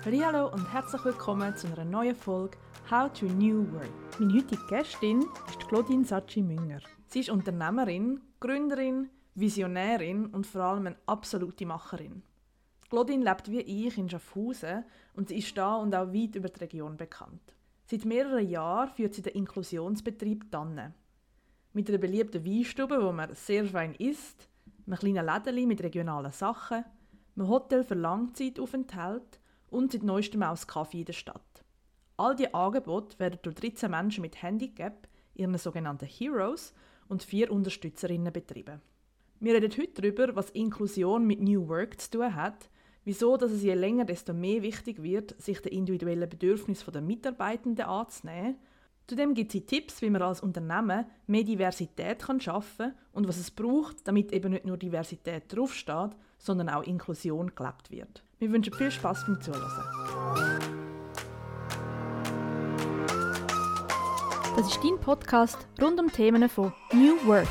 Hallo und herzlich willkommen zu einer neuen Folge «How to New Work». Meine heutige Gästin ist Claudine Satschi-Münger. Sie ist Unternehmerin, Gründerin, Visionärin und vor allem eine absolute Macherin. Claudine lebt wie ich in Schaffhausen und sie ist da und auch weit über die Region bekannt. Seit mehreren Jahren führt sie den Inklusionsbetrieb «Tanne». Mit einer beliebten Weinstube, wo man sehr fein isst, einem kleinen Lädeli mit regionalen Sachen, einem Hotel für Langzeitaufenthalte und seit neuestem auch das Kaffee in der Stadt. All diese Angebote werden durch 13 Menschen mit Handicap, ihren sogenannten Heroes, und 4 Unterstützerinnen betrieben. Wir reden heute darüber, was Inklusion mit New Work zu tun hat, wieso dass es je länger, desto mehr wichtig wird, sich den individuellen Bedürfnissen der Mitarbeitenden anzunehmen. Zudem gibt es Tipps, wie man als Unternehmen mehr Diversität schaffen kann und was es braucht, damit eben nicht nur Diversität draufsteht, sondern auch Inklusion gelebt wird. Wir wünschen viel Spass beim Zuhören. Das ist dein Podcast rund um Themen von New Work.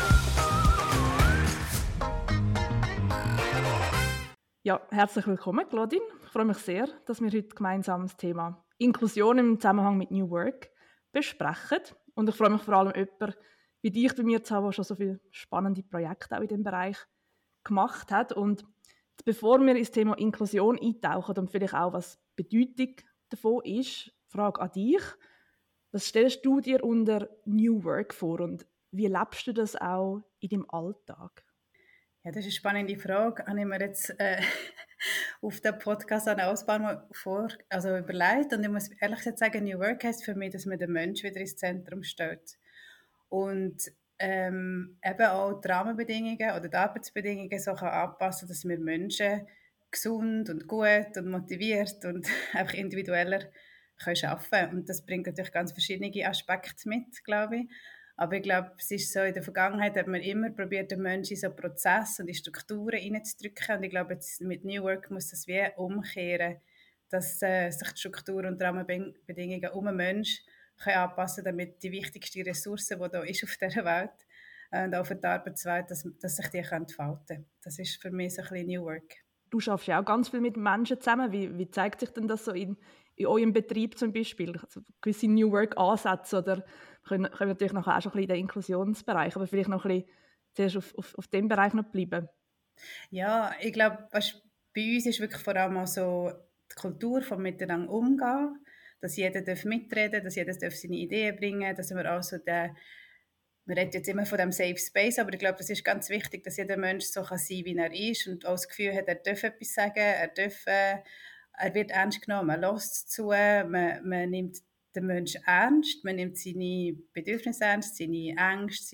Ja, herzlich willkommen, Claudine. Ich freue mich sehr, dass wir heute gemeinsam das Thema Inklusion im Zusammenhang mit New Work besprechen. Und ich freue mich vor allem, jemanden wie dich bei mir zu haben, der schon so viele spannende Projekte auch in diesem Bereich gemacht hat. Und bevor wir ins Thema Inklusion eintauchen und vielleicht auch, was die Bedeutung davon ist, Frage an dich. Was stellst du dir unter New Work vor und wie lebst du das auch in deinem Alltag? Ja, das ist eine spannende Frage. Habe ich mir jetzt auf den Podcast eine Auswahl mal überlegt. Und ich muss ehrlich gesagt sagen, New Work heisst für mich, dass man den Menschen wieder ins Zentrum stellt. Und eben auch die Rahmenbedingungen oder die Arbeitsbedingungen so kann anpassen, dass wir Menschen gesund und gut und motiviert und einfach individueller können arbeiten. Und das bringt natürlich ganz verschiedene Aspekte mit, glaube ich. Aber ich glaube, es ist so, in der Vergangenheit hat man immer probiert, den Menschen in so Prozesse und in Strukturen reinzudrücken. Und ich glaube, jetzt mit New Work muss das wie umkehren, dass sich die Struktur und die Rahmenbedingungen um den Menschen anpassen können, damit die wichtigste Ressource, die da ist auf dieser Welt, und auch für die Arbeitswelt, dass sich die entfalten können. Das ist für mich so ein bisschen New Work. Du arbeitest ja auch ganz viel mit Menschen zusammen. Wie zeigt sich denn das so in eurem Betrieb zum Beispiel? Also gewisse New Work-Ansätze oder können natürlich nachher auch schon ein bisschen in den Inklusionsbereich, aber vielleicht noch ein bisschen zuerst auf dem Bereich noch bleiben. Ja, ich glaube, bei uns ist wirklich vor allem auch so die Kultur vom Miteinander umgehen, dass jeder mitreden darf, dass jeder seine Ideen bringen darf, dass wir auch so wir reden jetzt immer von dem Safe Space, aber ich glaube, es ist ganz wichtig, dass jeder Mensch so kann sein, wie er ist und auch das Gefühl hat, er darf etwas sagen, er wird ernst genommen, man hört zu, man nimmt den Menschen ernst, man nimmt seine Bedürfnisse ernst, seine Ängste,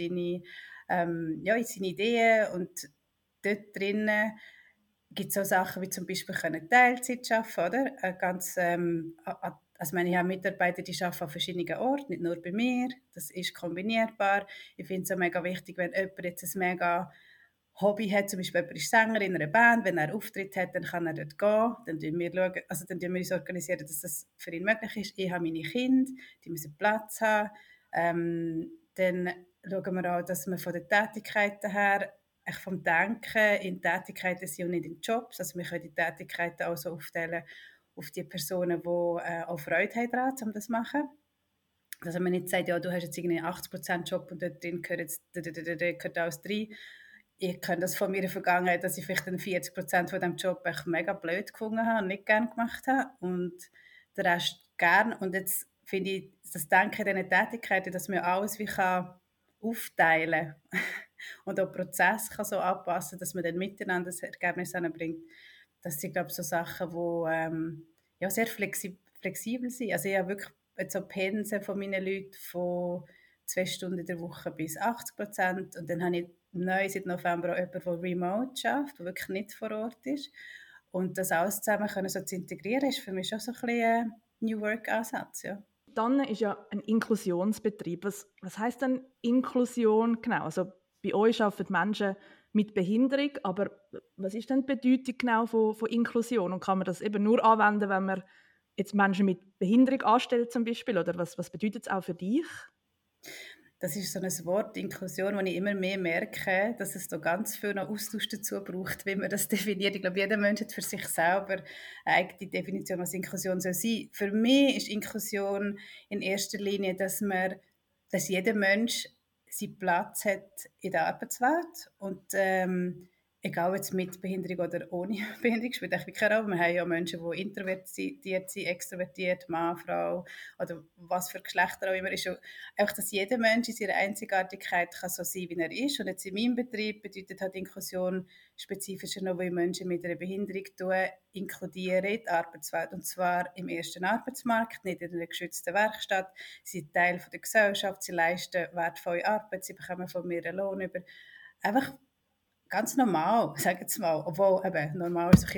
seine Ideen und dort drinnen gibt es so Sachen wie zum Beispiel Teilzeit arbeiten, oder? Also ich habe Mitarbeiter, die arbeiten an verschiedenen Orten, nicht nur bei mir. Das ist kombinierbar. Ich finde es auch mega wichtig, wenn jemand jetzt ein mega Hobby hat, zum Beispiel jemand ist Sänger in einer Band, wenn er einen Auftritt hat, dann kann er dort gehen. Dann tun wir uns organisieren, dass das für ihn möglich ist. Ich habe meine Kinder, die müssen Platz haben. Dann schauen wir auch, dass wir von den Tätigkeiten her vom Denken in Tätigkeiten sind und nicht in Jobs. Also wir können die Tätigkeiten auch so aufteilen auf die Personen, die auch Freude haben daran, um das zu machen. Also man nicht sagt, ja, du hast jetzt irgendwie einen 80% Job und dort drin gehört alles rein. Ich kenne das von meiner Vergangenheit, dass ich vielleicht 40% von diesem Job echt mega blöd gefunden habe und nicht gerne gemacht habe und den Rest gern. Und jetzt finde ich, das Denken in diesen Tätigkeiten, dass man alles wie kann aufteilen und auch Prozess kann so anpassen, dass man dann miteinander das Ergebnis anbringt. Das sind, glaube ich, so Sachen, die sehr flexibel sind. Also ich habe wirklich jetzt so Pensen von meinen Leuten von 2 Stunden in der Woche bis 80%. Und dann habe ich neu seit November auch jemanden, der remote arbeitet, der wirklich nicht vor Ort ist. Und das alles zusammen können so zu integrieren, ist für mich schon so ein bisschen ein New Work-Ansatz, ja. Dann ist ja ein Inklusionsbetrieb. Was heisst denn Inklusion genau? Also bei euch arbeiten Menschen mit Behinderung, aber was ist denn die Bedeutung genau von Inklusion? Und kann man das eben nur anwenden, wenn man jetzt Menschen mit Behinderung anstellt zum Beispiel? Oder was bedeutet es auch für dich? das ist so ein Wort, Inklusion, wo ich immer mehr merke, dass es da ganz viel noch Austausch dazu braucht, wie man das definiert. Ich glaube, jeder Mensch hat für sich selber eine eigene Definition, was Inklusion soll sein. Für mich ist Inklusion in erster Linie, dass jeder Mensch seinen Platz hat in der Arbeitswelt und egal jetzt mit Behinderung oder ohne Behinderung, spielt eigentlich keine Rolle. Wir haben ja Menschen, die introvertiert sind, extrovertiert, Mann, Frau oder was für Geschlechter auch immer ist. Einfach, dass jeder Mensch in seiner Einzigartigkeit kann so sein, wie er ist. Und jetzt in meinem Betrieb bedeutet halt Inklusion spezifischer noch, wie Menschen mit einer Behinderung inkludieren in die Arbeitswelt. Und zwar im ersten Arbeitsmarkt, nicht in einer geschützten Werkstatt. Sie sind Teil der Gesellschaft, sie leisten wertvolle Arbeit, sie bekommen von mir einen Lohn über. Einfach ganz normal, sage ich jetzt mal. Obwohl, eben, normal ist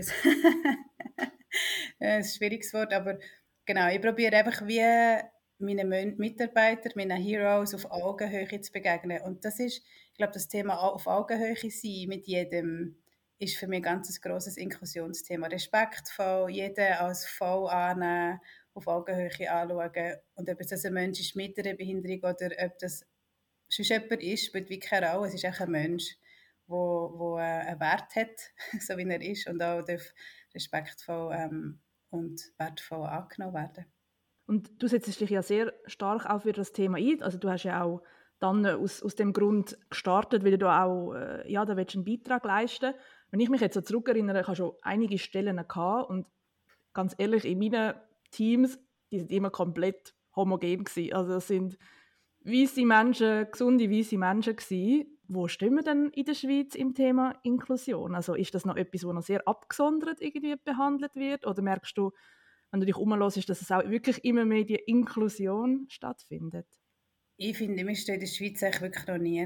ein schwieriges Wort, aber genau, ich probiere einfach wie meinen Mitarbeitern, meinen Heroes auf Augenhöhe zu begegnen. Und das ist, ich glaube, das Thema auf Augenhöhe sein mit jedem ist für mich ein ganz grosses Inklusionsthema. Respektvoll, jeden als voll annehmen, auf Augenhöhe anschauen. Und ob es ein Mensch ist mit einer Behinderung oder ob das sonst jemand ist, spielt wirklich keine Rolle. Es ist echt ein Mensch, der einen Wert hat, so wie er ist, und auch darf respektvoll und wertvoll angenommen werden. Und du setzt dich ja sehr stark auch für das Thema ein. Also du hast ja auch dann aus dem Grund gestartet, weil du da auch da willst einen Beitrag leisten. Wenn ich mich jetzt so zurückerinnere, ich habe schon einige Stellen gehabt und ganz ehrlich, in meinen Teams, die sind immer komplett homogen gewesen. Also es sind weisse Menschen, gesunde weisse Menschen gewesen. Wo stehen wir denn in der Schweiz im Thema Inklusion? Also ist das noch etwas, wo noch sehr abgesondert irgendwie behandelt wird? Oder merkst du, wenn du dich umhörst, dass es auch wirklich immer mehr die Inklusion stattfindet? Ich finde, wir stehen in der Schweiz eigentlich wirklich noch nie.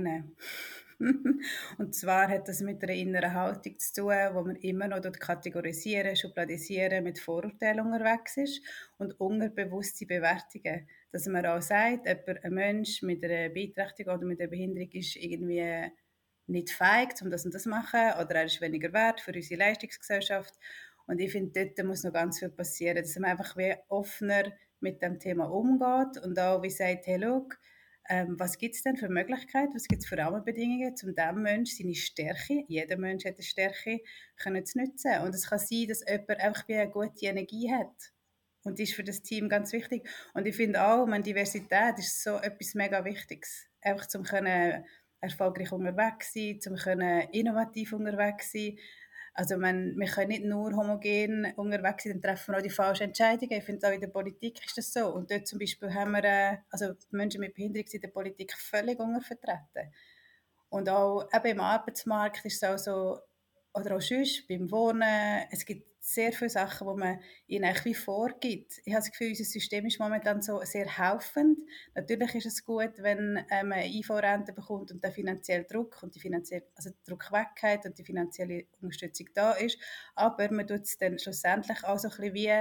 Und zwar hat das mit einer inneren Haltung zu tun, wo man immer noch dort kategorisieren, schubladisieren, mit Vorurteilen unterwegs ist und unterbewusste Bewertungen. Dass man auch sagt, ein Mensch mit einer Beeinträchtigung oder mit einer Behinderung ist irgendwie nicht fähig, um das und das zu machen, oder er ist weniger wert für unsere Leistungsgesellschaft. Und ich finde, dort muss noch ganz viel passieren, dass man einfach wie offener mit dem Thema umgeht und auch wie sagt, hey, schau, was gibt es denn für Möglichkeiten, was gibt es für Rahmenbedingungen, um diesem Menschen seine Stärke, jeder Mensch hat eine Stärke, können zu nutzen. Und es kann sein, dass jemand einfach wie eine gute Energie hat. Und das ist für das Team ganz wichtig. Und ich finde auch, Diversität ist so etwas mega Wichtiges. Einfach zum können erfolgreich unterwegs sein, zum können innovativ unterwegs sein. Also wir können nicht nur homogen unterwegs sein, dann treffen wir auch die falschen Entscheidungen. Ich finde auch in der Politik ist das so. Und dort zum Beispiel haben wir, also Menschen mit Behinderung sind in der Politik völlig untervertreten. Und auch eben im Arbeitsmarkt ist es auch so, oder auch sonst beim Wohnen, es gibt sehr viele Sachen, die man ihnen eigentlich wie vorgibt. Ich habe das Gefühl, unser System ist momentan so sehr helfend. Natürlich ist es gut, wenn man eine IV-Rente bekommt und der finanzielle Druck und also der Druck weggeht und die finanzielle Unterstützung da ist. Aber man tut es dann schlussendlich auch so ein bisschen wie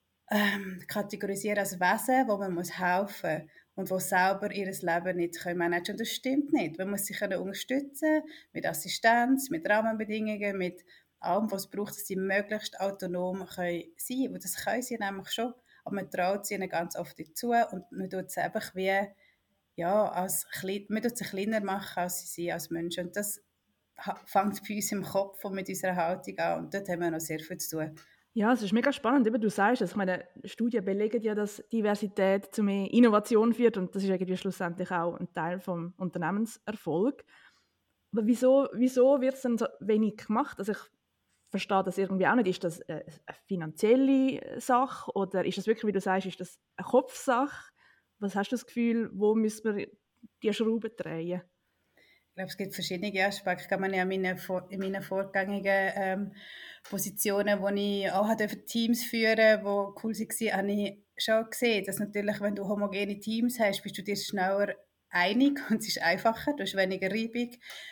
kategorisieren als Wesen, wo man muss helfen muss und die selber ihr Leben nicht managen können. Und das stimmt nicht. Man muss sich unterstützen mit Assistenz, mit Rahmenbedingungen, mit allem, was es braucht, dass sie möglichst autonom sein können. Und das können sie nämlich schon. Aber man traut sie ihnen ganz oft nicht zu und man tut sie einfach wie, ja, man tut sie kleiner machen, als sie sind als Menschen. Und das fängt bei uns im Kopf und mit unserer Haltung an. Und dort haben wir noch sehr viel zu tun. Ja, es ist mega spannend. Eben, du sagst es. Ich meine, Studien belegen ja, dass Diversität zu mehr Innovation führt und das ist irgendwie schlussendlich auch ein Teil vom Unternehmenserfolg. Aber wieso wird es denn so wenig gemacht? Also ich verstehe das irgendwie auch nicht. Ist das eine finanzielle Sache oder ist das wirklich, wie du sagst, ist das eine Kopfsache? Was hast du das Gefühl, wo müssen wir die Schrauben drehen? Ich glaube, es gibt verschiedene Aspekte. Ich kann man ja in meinen vorgängigen Positionen, wo ich auch Teams führen durfte, die cool waren, habe ich schon gesehen, dass natürlich, wenn du homogene Teams hast, bist du dir schneller einig und es ist einfacher, du hast weniger Reibung.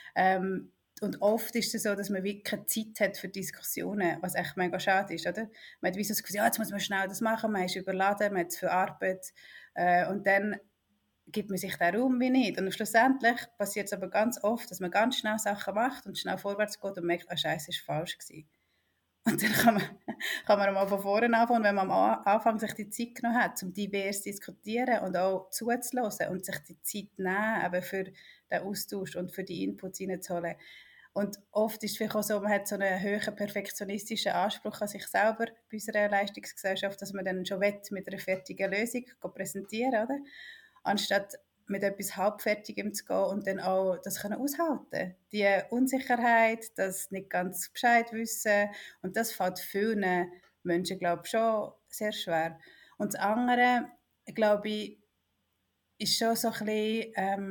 Und oft ist es so, dass man wirklich keine Zeit hat für Diskussionen, was echt mega schade ist, oder? Man hat wie so das Gefühl, ja, jetzt muss man schnell das machen, man ist überladen, man hat zu viel Arbeit. Und dann gibt man sich den Raum wie nicht. Und schlussendlich passiert es aber ganz oft, dass man ganz schnell Sachen macht und schnell vorwärts geht und merkt, ah, Scheiße, ist falsch gewesen. Und dann kann man mal von vorne anfangen, wenn man am Anfang sich die Zeit genommen hat, um divers zu diskutieren und auch zuzuhören und sich die Zeit nehmen, eben für den Austausch und für die Inputs reinzuholen. Und oft ist es vielleicht auch so, man hat so einen hohen perfektionistischen Anspruch an sich selber bei unserer Leistungsgesellschaft, dass man dann schon mit einer fertigen Lösung präsentieren, oder? Anstatt mit etwas Halbfertigem zu gehen und dann auch das können aushalten. Die Unsicherheit, das nicht ganz Bescheid wissen, und das fällt vielen Menschen, glaube ich, schon sehr schwer. Und das andere, glaube ich, ist schon so ein bisschen,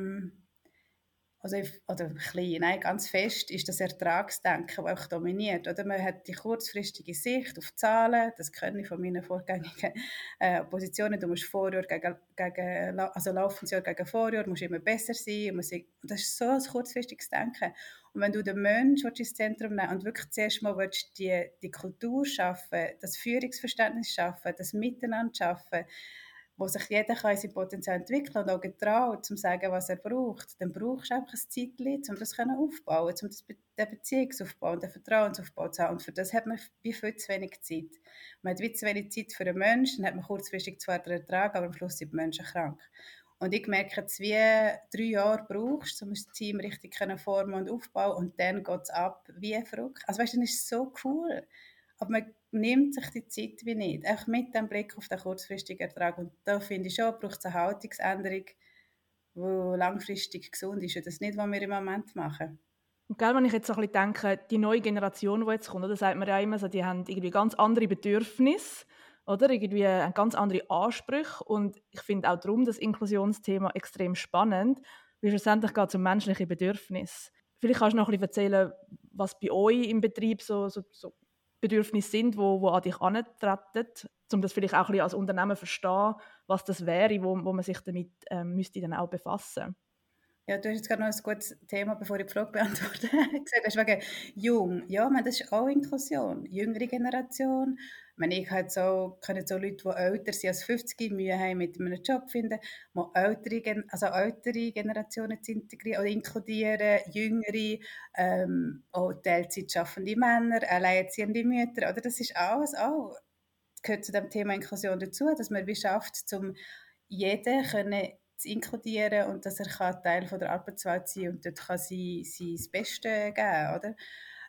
oder ein bisschen, nein, ganz fest ist das Ertragsdenken, das auch dominiert. Oder? Man hat die kurzfristige Sicht auf Zahlen, das kenne ich von meinen vorgängigen Positionen. Du musst Vorjahr also laufendes Jahr gegen Vorjahr, musst immer besser sein. Das ist so ein kurzfristiges Denken. Und wenn du den Menschen ins Zentrum nimmst und wirklich zuerst mal willst, die Kultur schaffen, das Führungsverständnis schaffen, das Miteinander schaffen, wo sich jeder kann sein Potenzial entwickeln und auch getraut, um zu sagen, was er braucht, dann brauchst du einfach ein Zeitchen, um das aufbauen, um den Beziehungsaufbau und den Vertrauensaufbau zu haben. Und für das hat man wie viel zu wenig Zeit. Man hat wie zu wenig Zeit für einen Menschen, dann hat man kurzfristig zwar den Ertrag, aber am Schluss sind die Menschen krank. Und ich merke jetzt, wie 3 Jahre brauchst, um das Team richtig formen und aufbauen, und dann geht es ab wie verrückt. Also weißt du, dann ist es so cool. Aber man nimmt sich die Zeit wie nicht. Einfach mit dem Blick auf den kurzfristigen Ertrag. Und da finde ich schon, braucht es eine Haltungsänderung, die langfristig gesund ist. Und das ist nicht, was wir im Moment machen. Und gell, wenn ich jetzt so ein bisschen denke, die neue Generation, die jetzt kommt, da sagt man ja immer so, die haben irgendwie ganz andere Bedürfnisse, oder? Irgendwie ganz andere Ansprüche. Und ich finde auch darum das Inklusionsthema extrem spannend, weil schlussendlich geht es um menschliche Bedürfnisse. Vielleicht kannst du noch ein bisschen erzählen, was bei euch im Betrieb so Bedürfnisse sind, wo an dich herantreten, um das vielleicht auch ein bisschen als Unternehmen zu verstehen, was das wäre, wo man sich damit müsste dann auch befassen. Ja, du hast jetzt gerade noch ein gutes Thema, bevor ich die Frage beantworte. gesagt hast, wegen jung. Ja, man, das ist auch Inklusion. Jüngere Generation. Ich meine, ich halt so, können so Leute, die älter sind als 50, Mühe haben mit einem Job finden, mal ältere Generationen zu integrieren oder inkludieren, jüngere, auch Teilzeit schaffende Männer, alleinerziehende Mütter. Oder das ist alles auch, gehört zu dem Thema Inklusion dazu, dass man wie schafft, um jeden können zu inkludieren und dass er Teil von der Arbeitswelt sein kann und dort kann sein Bestes geben, oder?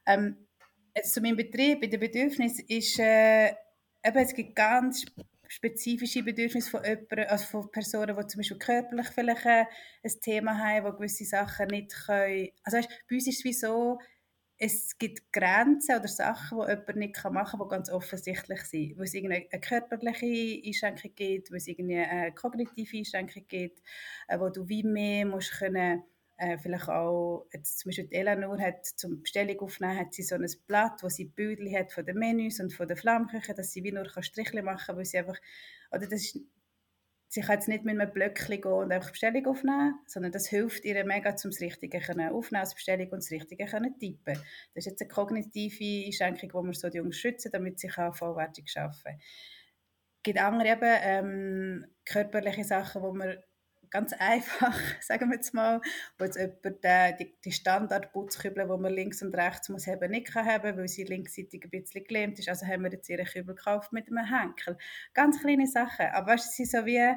Jetzt zu meinem Betrieb, bei den Bedürfnissen ist, eben, es gibt ganz spezifische Bedürfnisse von jemandem, also von Personen, die zum Beispiel körperlich vielleicht ein Thema haben, die gewisse Sachen nicht können. Also weißt, bei uns ist es wie so, es gibt Grenzen oder Sachen, die jemand nicht machen kann, die ganz offensichtlich sind. Weil es irgendeine körperliche Einschränkung gibt, weil es eine kognitive Einschränkung gibt, wo du wie mehr musst können, vielleicht auch, jetzt zum Beispiel die Eleanor hat zum Bestellung aufnehmen, hat sie so ein Blatt, wo sie Bildchen hat von den Menüs und von der Flammküche, dass sie wie nur Strichchen machen kann, weil sie einfach, oder das ist, sie kann jetzt nicht mit einem Blöckchen gehen und einfach Bestellung aufnehmen, sondern das hilft ihr mega, um das Richtige aufnehmen als Bestellung und das Richtige tippen. Das ist jetzt eine kognitive Einschränkung, die wir so die Jungs schützen, damit sie vollwertig arbeiten kann. Es gibt andere eben, körperliche Sachen, wo man ganz einfach, sagen wir jetzt mal, wo jetzt jemand die Standard-Putzkübel, die man links und rechts muss haben, nicht kann haben, weil sie linksseitig ein bisschen gelähmt ist. Also haben wir jetzt ihren Kübel gekauft mit einem Henkel. Ganz kleine Sachen. Aber weißt, sie sind so wie,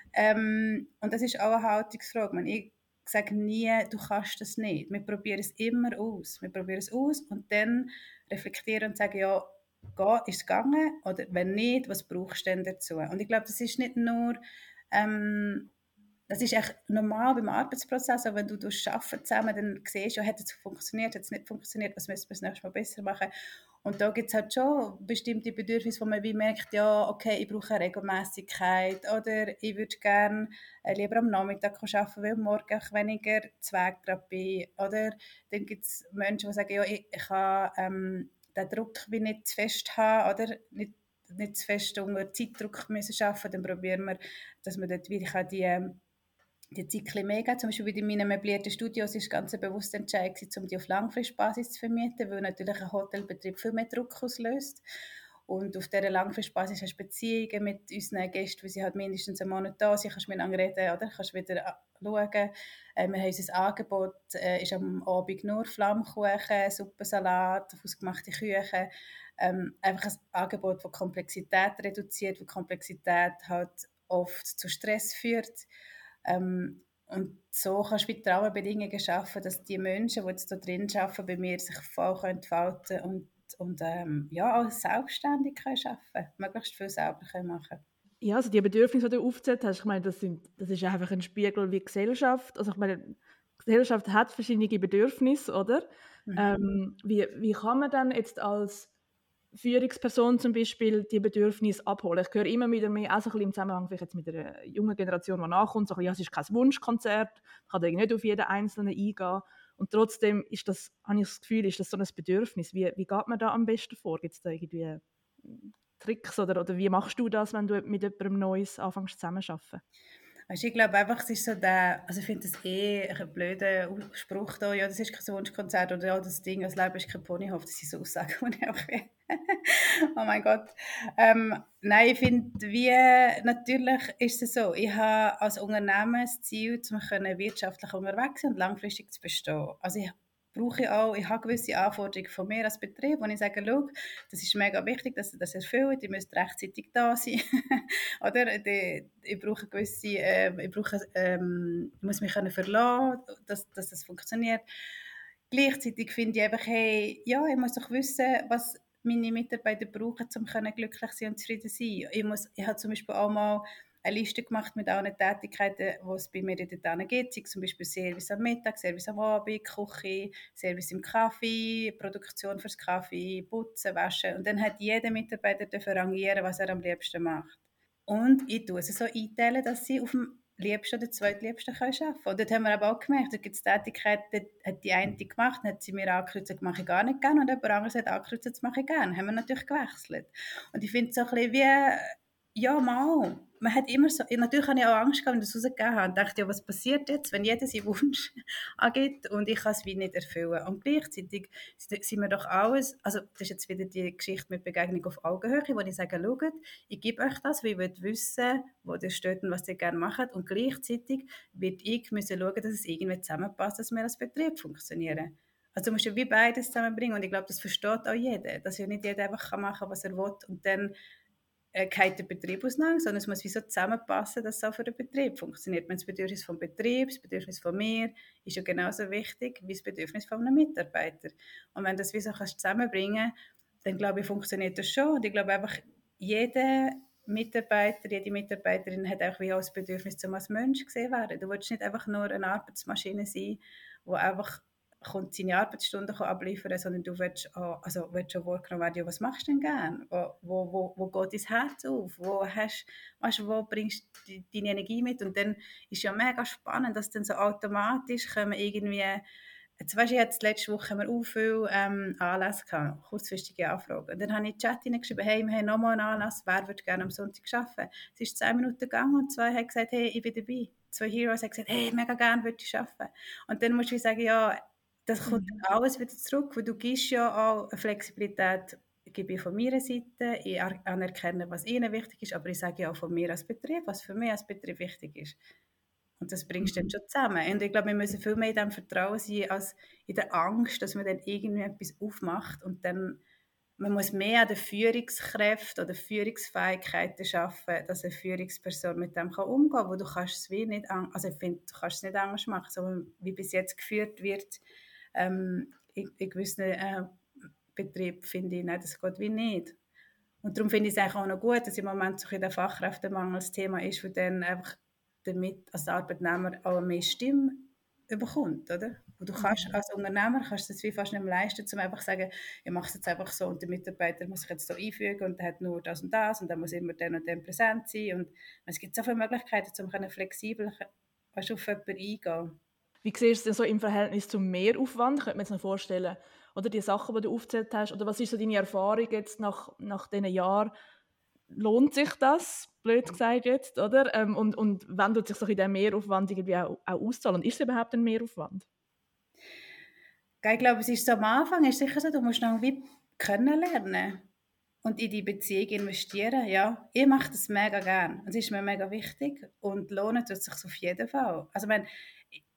und das ist auch eine Haltungsfrage. Ich sage nie, du kannst das nicht. Wir probieren es immer aus. Wir probieren es aus und dann reflektieren und sagen, ja, ist es gegangen? Oder wenn nicht, was brauchst du denn dazu? Und ich glaube, das ist nicht nur, das ist echt normal beim Arbeitsprozess, auch wenn du arbeiten zusammen, dann siehst du, ja, hat es funktioniert, hat es nicht funktioniert, was müssen wir das nächste Mal besser machen? Und da gibt es halt schon bestimmte Bedürfnisse, wo man wie merkt, ja, okay, ich brauche eine Regelmäßigkeit oder ich würde gerne lieber am Nachmittag arbeiten, weil morgen auch weniger Zweiggrad bin. Oder dann gibt es Menschen, die sagen, ja, ich kann den Druck wie nicht zu fest haben oder nicht zu fest unter Zeitdruck müssen arbeiten, dann probieren wir, dass man dort wieder die Zyklen mehr geben. Zum Beispiel in meinen möblierten Studios war es ganz ein bewusster Entscheid, um die auf Langfristbasis zu vermieten, weil natürlich ein Hotelbetrieb viel mehr Druck auslöst. Und auf dieser Langfristbasis hast du Beziehungen mit unseren Gästen, weil sie halt mindestens einen Monat da sind, kannst miteinander reden, oder? Kannst wieder schauen. Wir haben unser Angebot, ist am Abend nur Flammkuchen, Suppensalat, hausgemachte Küche. einfach ein Angebot, das Komplexität reduziert, wo Komplexität halt oft zu Stress führt. Und so kannst du wie die Rahmenbedingungen schaffen, dass die Menschen, die jetzt da drin arbeiten, bei mir sich voll entfalten und ja, auch selbstständig können arbeiten, möglichst viel selber können machen. Ja, also die Bedürfnisse, die du aufgezählt hast, ich meine, das ist einfach ein Spiegel wie Gesellschaft. Also ich meine, die Gesellschaft hat verschiedene Bedürfnisse, oder? Wie kann man dann jetzt als Führungsperson zum Beispiel die Bedürfnisse abholen? Ich höre immer wieder mehr, auch so ein bisschen im Zusammenhang vielleicht jetzt mit der jungen Generation, die nachkommt, so ein bisschen, ja, es ist kein Wunschkonzert, ich kann da nicht auf jeden Einzelnen eingehen. Und trotzdem ist das, habe ich das Gefühl, ist das so ein Bedürfnis. Wie geht man da am besten vor? Gibt es da irgendwie Tricks oder wie machst du das, wenn du mit jemandem Neues anfängst zusammenzuarbeiten? Weißt, ich glaube einfach, es ist so der, also ich finde das ein blöder Spruch da, ja, das ist kein Wunschkonzert oder ja, das Ding, das Leben ist kein Ponyhof, das sind so Aussagen, die ich einfach oh mein Gott. Nein, ich finde, wie, natürlich ist es so, ich habe als Unternehmen das Ziel, um wirtschaftlich unterwegs sein und langfristig zu bestehen. Also ich habe gewisse Anforderungen von mir als Betrieb, wo ich sage, schau, das ist mega wichtig, dass ihr das erfüllt, ihr müsst rechtzeitig da sein. Oder? Ich brauche gewisse, ich muss mich verlassen, dass das funktioniert. Gleichzeitig finde ich einfach, hey, ja, ich muss doch wissen, was meine Mitarbeiter brauchen, um glücklich sein und zufrieden zu sein. Ich habe zum Beispiel auch mal eine Liste gemacht mit allen Tätigkeiten, die es bei mir dort gibt, sei zum Beispiel Service am Mittag, Service am Abend, Küche, Service im Kaffee, Produktion fürs Kaffee, Putzen, Waschen. Und dann hat jeder Mitarbeiter dafür rangieren, was er am liebsten macht. Und ich tue es so einteilen, dass sie auf dem liebsten oder zweitliebsten arbeiten können. Und dort haben wir aber auch gemerkt, da gibt es Tätigkeiten, die hat die eine gemacht, dann hat sie mir angekreuzt, das mache ich gar nicht gerne, und jemand anderes hat angekreuzt, das mache ich gerne. Haben wir natürlich gewechselt. Und ich finde es so ein bisschen wie, ja, mal. Man hat immer so, natürlich habe ich auch Angst gehabt, wenn ich das rausgegeben habe und dachte, ja, was passiert jetzt, wenn jeder seinen Wunsch angibt und ich kann es wie nicht erfüllen. Und gleichzeitig sind wir doch alles, also das ist jetzt wieder die Geschichte mit Begegnung auf Augenhöhe, wo ich sage, schaut, ich gebe euch das, weil ich will wissen, wo ihr steht und was ihr gerne macht, und gleichzeitig wird ich müssen schauen, dass es irgendwie zusammenpasst, dass wir als Betrieb funktionieren. Also du musst ja wie beides zusammenbringen, und ich glaube, das versteht auch jeder, dass ja nicht jeder einfach machen kann, was er will, und dann geht der Betrieb auseinander, sondern es muss wie so zusammenpassen, dass es auch für den Betrieb funktioniert. Wenn das Bedürfnis vom Betrieb, das Bedürfnis von mir, ist ja genauso wichtig wie das Bedürfnis von einem Mitarbeiter. Und wenn das wie so kannst zusammenbringen, dann glaube ich, funktioniert das schon. Und ich glaube einfach, jeder Mitarbeiter, jede Mitarbeiterin hat auch wie auch das Bedürfnis, um als Mensch gesehen werden. Du willst nicht einfach nur eine Arbeitsmaschine sein, die einfach kommt seine Arbeitsstunden abliefern, sondern du willst auch, also willst schon wahrgenommen werden, ja, was machst du denn gerne? Wo geht dein Herz auf? Wo bringst du deine Energie mit? Und dann ist ja mega spannend, dass dann so automatisch kommen irgendwie, jetzt weisst du, jetzt letzte Woche haben wir auch viele Anlässe gehabt, kurzfristige Anfragen. Und dann habe ich in den Chat hineingeschrieben, hey, wir haben nochmal einen Anlass, wer würde gerne am Sonntag arbeiten? Es ist 10 Minuten gegangen und 2 haben gesagt, hey, ich bin dabei. 2 Heroes haben gesagt, hey, mega gerne würde ich arbeiten. Und dann musst du sagen, ja, das kommt dann alles wieder zurück, weil du gibst ja auch eine Flexibilität, gebe ich von meiner Seite, ich anerkenne, was ihnen wichtig ist, aber ich sage ja auch von mir als Betrieb, was für mich als Betrieb wichtig ist. Und das bringst du dann schon zusammen. Und ich glaube, wir müssen viel mehr in dem Vertrauen sein, als in der Angst, dass man dann irgendwie etwas aufmacht und dann man muss mehr an den Führungskräften oder Führungsfähigkeiten schaffen, dass eine Führungsperson mit dem umgehen kann, wo du kannst es wie nicht, also ich finde, du kannst es nicht anders machen, so wie bis jetzt geführt wird, in gewissen Betrieben, finde ich, nein, das geht wie nicht. Und darum finde ich es eigentlich auch noch gut, dass im Moment so ein der Fachkräftemangel das Thema ist, wo dann einfach damit als Arbeitnehmer auch mehr Stimme bekommt, oder? Und du kannst als Unternehmer kannst das wie fast nicht mehr leisten, um einfach zu sagen, ich mache es jetzt einfach so und der Mitarbeiter muss sich jetzt so einfügen und der hat nur das und dann muss immer der und der präsent sein, und es gibt so viele Möglichkeiten, um flexibel auf jemanden eingehen. Wie siehst du es denn so im Verhältnis zum Mehraufwand? Ich könnte mir jetzt noch vorstellen, oder die Sachen, die du aufgezählt hast, oder was ist so deine Erfahrung jetzt nach diesen Jahren? Lohnt sich das, blöd gesagt jetzt, oder? Und wann tut sich so in diesem Mehraufwand irgendwie auch auszahlen? Und ist es überhaupt ein Mehraufwand? Ich glaube, es ist so am Anfang, ist sicher so, du musst noch wie kennenlernen und in die Beziehung investieren. Ja, ich mache das mega gern. Es ist mir mega wichtig und lohnen tut es sich auf jeden Fall. Also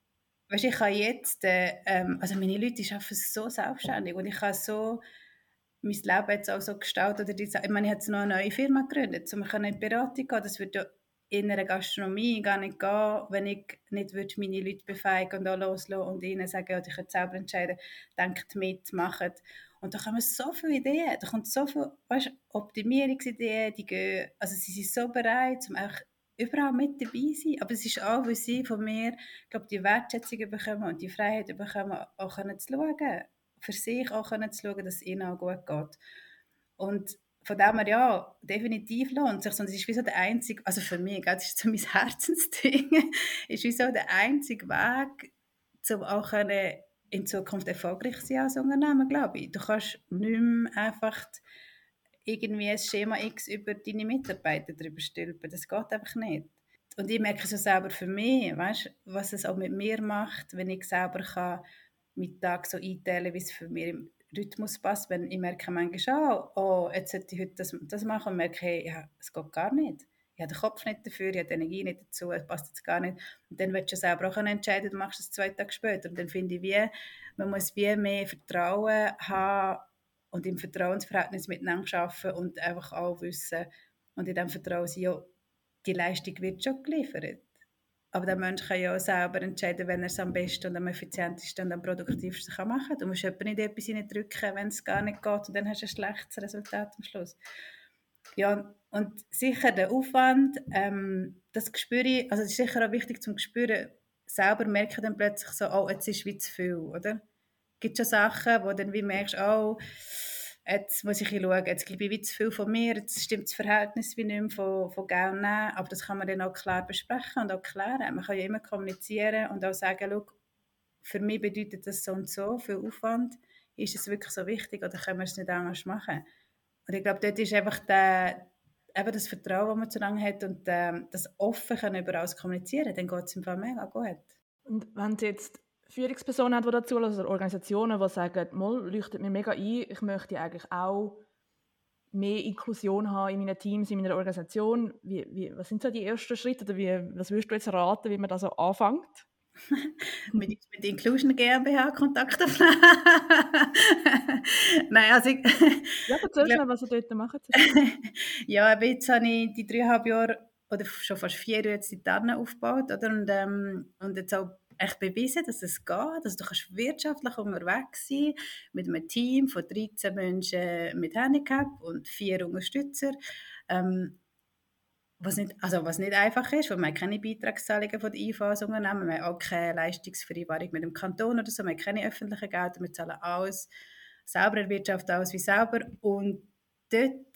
ich kann jetzt, also meine Leute arbeiten so selbstständig und ich kann so mein Leben jetzt auch so gestaltet. Oder ich meine, ich habe jetzt noch eine neue Firma gegründet, um in die Beratung zu gehen. Das würde ja in einer Gastronomie gar nicht gehen, wenn ich nicht würde meine Leute befähigen und auch loslassen und ihnen sagen, ja, die können selber entscheiden, denkt mit, macht. Und da kommen so viele Ideen, da kommt so viele, weißt, Optimierungsideen, die gehen, also sie sind so bereit, um einfach überall mit dabei zu sein. Aber es ist auch, weil sie von mir, ich glaube, die Wertschätzung bekommen und die Freiheit bekommen, auch können zu schauen, für sich auch können zu schauen, dass es ihnen auch gut geht. Und von dem her, ja, definitiv lohnt sich. Und es ist wie so der einzige, also für mich, das ist so mein Herzensding, ist wie so der einzige Weg, um auch in Zukunft erfolgreich sein als Unternehmen, glaube ich. Du kannst nicht mehr einfach irgendwie ein Schema X über deine Mitarbeiter drüber stülpen. Das geht einfach nicht. Und ich merke so selber für mich, weißt, was es auch mit mir macht, wenn ich selber kann meinen Tag so einteilen, wie es für mich im Rhythmus passt. Wenn ich merke manchmal, oh, jetzt sollte ich heute das machen und merke, hey, ja, es geht gar nicht. Ich habe den Kopf nicht dafür, ich habe die Energie nicht dazu, es passt jetzt gar nicht. Und dann willst du selber auch entscheiden, du machst es 2 Tage später. Und dann finde ich, man muss wie mehr Vertrauen haben und im Vertrauensverhältnis miteinander arbeiten und einfach auch wissen und in diesem Vertrauen sein, ja, die Leistung wird schon geliefert. Aber der Mensch kann ja auch selber entscheiden, wenn er es am besten und am effizientesten und am produktivsten machen kann. Du musst jemanden nicht etwas reindrücken, wenn es gar nicht geht und dann hast du ein schlechtes Resultat am Schluss. Ja, und sicher der Aufwand, das spüre ich, also es ist sicher auch wichtig zum Spüren, selber merke dann plötzlich so, oh, jetzt ist wie zu viel, oder? Es gibt schon Sachen, wo dann wie merkst, oh, jetzt muss ich schauen, jetzt gebe ich wie zu viel von mir, jetzt stimmt das Verhältnis wie nicht mehr von Geld nehmen, aber das kann man dann auch klar besprechen und auch klären. Man kann ja immer kommunizieren und auch sagen, schau, für mich bedeutet das so und so viel Aufwand, ist es wirklich so wichtig oder können wir es nicht anders machen? Und ich glaube, dort ist einfach eben das Vertrauen, das man zu lange hat und das offen können über alles kommunizieren, dann geht es im Fall mega gut. Und wenn es jetzt Führungspersonen hat, die dazu oder Organisationen, die sagen, mal leuchtet mir mega ein, ich möchte eigentlich auch mehr Inklusion haben in meinen Teams, in meiner Organisation. Was sind so die ersten Schritte oder was würdest du jetzt raten, wie man da so anfängt? mit Inclusion GmbH Kontakt aufnehmen. Nein, also Ja, erzähl schnell, was ihr dort macht. ja, aber jetzt habe ich die 3,5 Jahre oder schon fast 4 Jahre jetzt die Tarnen aufgebaut, oder? Und jetzt auch echt bewiesen, dass es geht. Also du kannst wirtschaftlich unterwegs sein mit einem Team von 13 Menschen mit Handicap und 4 Unterstützer. Was nicht einfach ist, weil wir keine Beitragszahlungen von der IV als Unternehmen, wir haben auch keine Leistungsvereinbarung mit dem Kanton oder so, wir haben keine öffentlichen Gelder, wir zahlen alles selber, erwirtschaften alles wie selber. Und dort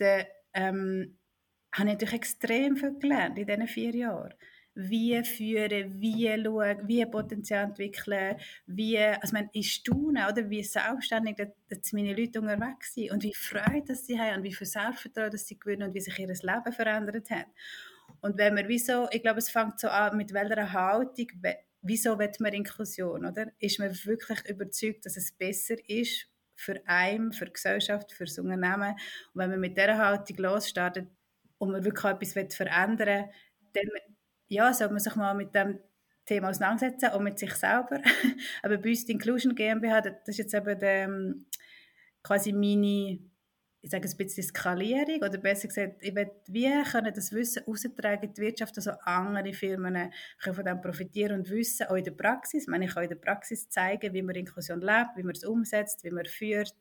habe ich natürlich extrem viel gelernt in diesen 4 Jahren. Wie führen, wie schauen, wie Potenzial entwickeln, also ich staune, oder, wie selbstständig dass meine Leute unterwegs sind und wie Freude dass sie haben und wie viel Selbstvertrauen dass sie gewinnen und wie sich ihr Leben verändert hat. Und wenn wir ich glaube, es fängt so an, mit welcher Haltung, wieso will man Inklusion, oder? Ist man wirklich überzeugt, dass es besser ist für einen, für die Gesellschaft, für das Unternehmen? Und wenn man mit dieser Haltung losstartet und man wirklich etwas verändern will, dann ja, sollte man sich mal mit dem Thema auseinandersetzen und mit sich selber. Aber bei uns die Inclusion GmbH, das ist jetzt eben quasi meine, ich sage ein bisschen Skalierung, oder besser gesagt, ich will können das Wissen austragen in die Wirtschaft, also andere Firmen können von dem profitieren und wissen, auch in der Praxis. Ich meine, ich kann in der Praxis zeigen, wie man Inklusion lebt, wie man es umsetzt, wie man führt.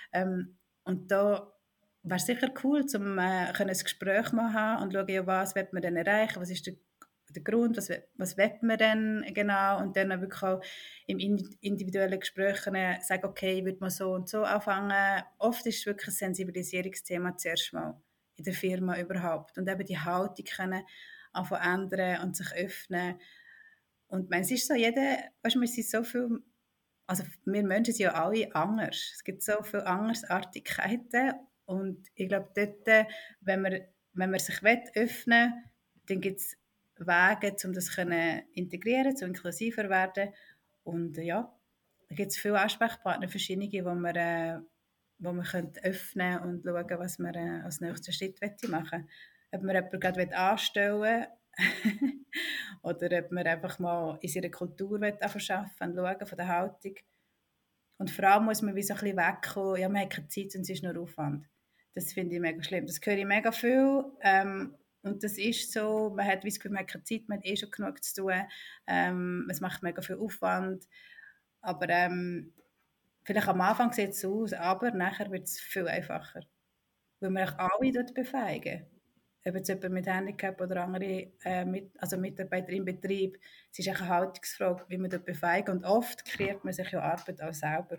Und da wäre es sicher cool, um ein Gespräch mal haben und schauen, ja, was will man denn erreichen, was ist der Grund, was will man denn genau und dann wirklich auch im individuellen Gespräch sagen, okay, ich würde mal so und so anfangen. Oft ist es wirklich ein Sensibilisierungsthema zuerst mal in der Firma überhaupt und eben die Haltung können anfangen ändern und sich öffnen. Und es ist so, weißt du, wir sind so viel, also wir Menschen sind ja alle anders. Es gibt so viele Andersartigkeiten und ich glaube dort, wenn man sich öffnen will, dann gibt es Wege, um das zu integrieren, zu inklusiver werden. Und ja, da gibt es viele Ansprechpartner, verschiedene, wo man öffnen und schauen, was man als nächsten Schritt machen möchte. Ob man jemanden gerade anstellen will oder ob man einfach mal in seiner Kultur arbeiten und schauen von der Haltung. Und vor allem muss man wie so ein bisschen wegkommen, ja, man hat keine Zeit und es ist nur Aufwand. Das finde ich mega schlimm. Das höre ich mega viel. Und das ist so, man hat das Gefühl, man hat keine Zeit, man hat schon genug zu tun. Es macht mega viel Aufwand. Aber vielleicht am Anfang sieht es so aus, aber nachher wird es viel einfacher. Weil man euch alle dort befähigen. Ob jetzt jemand mit Handicap oder andere Mitarbeiter im Betrieb. Es ist eine Haltungsfrage, wie man dort befähigt. Und oft kreiert man sich ja Arbeit auch selber.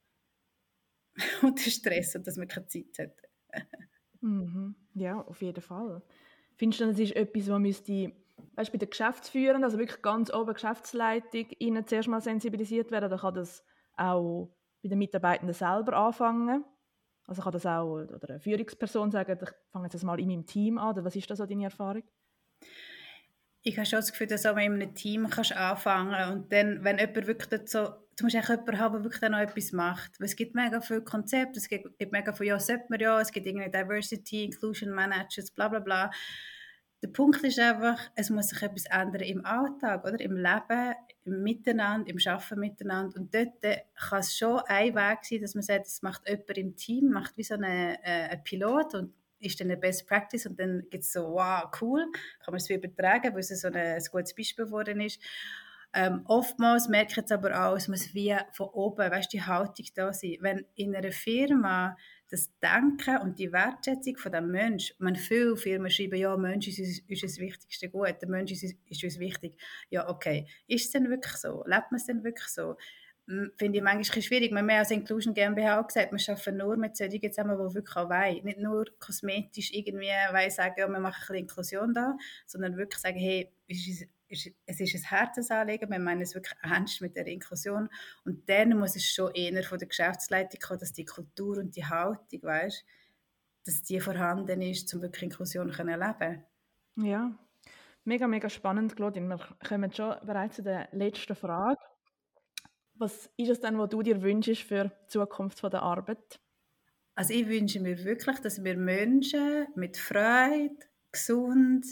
Unter Stress und dass man keine Zeit hat. Ja, auf jeden Fall. Findest du, das ist etwas, was müsste, weißt, bei den Geschäftsführern, also wirklich ganz oben Geschäftsleitung, ihnen zuerst mal sensibilisiert werden? Oder kann das auch bei den Mitarbeitenden selber anfangen? Also kann das auch oder eine Führungsperson sagen, ich fange jetzt mal in meinem Team an? Oder was ist da so deine Erfahrung? Ich habe schon das Gefühl, dass du auch in einem Team kannst anfangen und dann, wenn jemand wirklich dort so, du musst jemanden haben, der wirklich dann noch etwas macht. Weil es gibt mega viele Konzepte, es gibt mega viele, ja, sollte man ja, es gibt irgendwie Diversity, Inclusion Managers, bla bla bla. Der Punkt ist einfach, es muss sich etwas ändern im Alltag, oder? Im Leben, im Miteinander, im Arbeiten miteinander. Und dort kann es schon ein Weg sein, dass man sagt, das macht jemand im Team, macht wie so ein Pilot und ist dann eine Best Practice und dann gibt es so, wow, cool, kann man es wie übertragen, weil es so ein gutes Beispiel geworden ist. Oftmals merke ich jetzt aber auch, es muss wie von oben, weißt, die Haltung da sein. Wenn in einer Firma das Denken und die Wertschätzung von dem Mensch, viele Firmen schreiben, ja, Mensch ist das wichtigste Gut, der Mensch ist uns wichtig. Ja, okay. Ist es denn wirklich so? Lebt man es denn wirklich so? Finde ich manchmal ein bisschen schwierig. Wir haben als Inclusion GmbH auch gesagt, wir arbeiten nur mit solchen zusammen, die wirklich auch wollen. Nicht nur kosmetisch irgendwie sagen, ja, wir machen ein bisschen Inklusion da, sondern wirklich sagen, hey, es ist ein Herzensanliegen, wir meinen es wirklich ernst mit der Inklusion. Und dann muss es schon eher von der Geschäftsleitung kommen, dass die Kultur und die Haltung, weißt, dass die vorhanden ist, um wirklich Inklusion zu leben. Ja, mega, mega spannend, Claudine. Wir kommen schon bereits zu der letzten Frage. Was ist es denn, was du dir wünschst für die Zukunft der Arbeit? Also ich wünsche mir wirklich, dass wir Menschen mit Freude, gesund,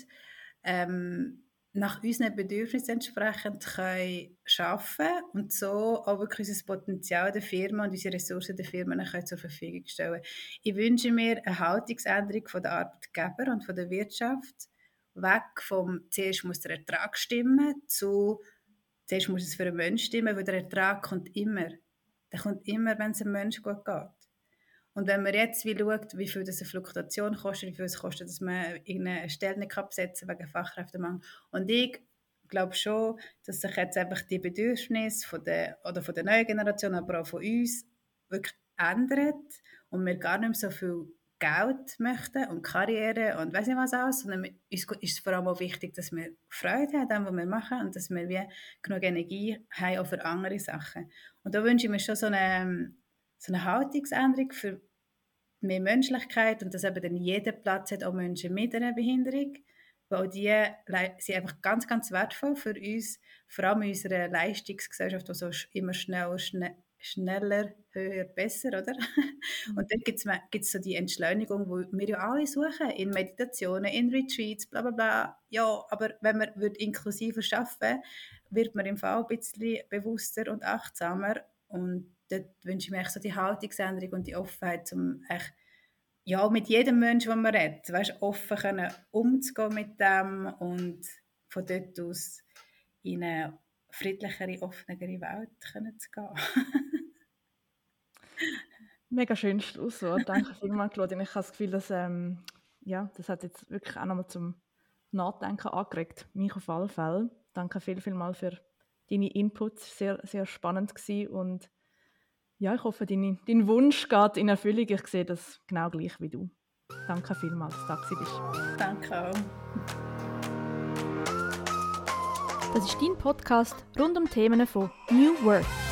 nach unseren Bedürfnissen entsprechend können arbeiten und so auch wirklich unser Potenzial der Firma und unsere Ressourcen der Firmen können zur Verfügung stellen. Ich wünsche mir eine Haltungsänderung von der Arbeitgeber und von der Wirtschaft, weg vom «zuerst muss der Ertrag stimmen» zu «zuerst muss es für einen Menschen stimmen», weil der Ertrag kommt immer. Der kommt immer, wenn es einem Menschen gut geht. Und wenn man jetzt schaut, wie viel das eine Fluktuation kostet, wie viel es kostet, dass man irgendeine Stelle nicht besetzen kann wegen Fachkräftemangel. Und ich glaube schon, dass sich jetzt einfach die Bedürfnisse von der neuen Generation, aber auch von uns wirklich ändert und wir gar nicht mehr so viel Geld möchten und Karriere und weiss nicht was alles, sondern uns ist es vor allem auch wichtig, dass wir Freude haben an dem, was wir machen und dass wir wie genug Energie haben auch für andere Sachen. Und da wünsche ich mir schon so eine Haltungsänderung für mehr Menschlichkeit und dass eben dann jeder Platz hat, auch Menschen mit einer Behinderung, weil die sind einfach ganz, ganz wertvoll für uns, vor allem in unserer Leistungsgesellschaft, die so immer schneller, höher, besser, oder? Und dann gibt es so die Entschleunigung, die wir ja alle suchen, in Meditationen, in Retreats, bla bla bla. Ja, aber wenn man inklusiver arbeiten wird man im Fall ein bisschen bewusster und achtsamer und dort wünsche ich mir so die Haltungsänderung und die Offenheit, um echt, ja, mit jedem Menschen, den man redet, weißt, offen können umzugehen mit dem und von dort aus in eine friedlichere, offenere Welt können zu gehen. Mega schönes Schlusswort. Danke vielmals, Claudine. Ich habe das Gefühl, dass das hat jetzt wirklich auch nochmal zum Nachdenken angeregt. Mich auf alle Fälle. Danke vielmals für deine Inputs. Sehr, sehr spannend gewesen. Und ja, ich hoffe, dein Wunsch geht in Erfüllung. Ich sehe das genau gleich wie du. Danke vielmals, dass du da bist. Danke auch. Das ist dein Podcast rund um Themen von New Work.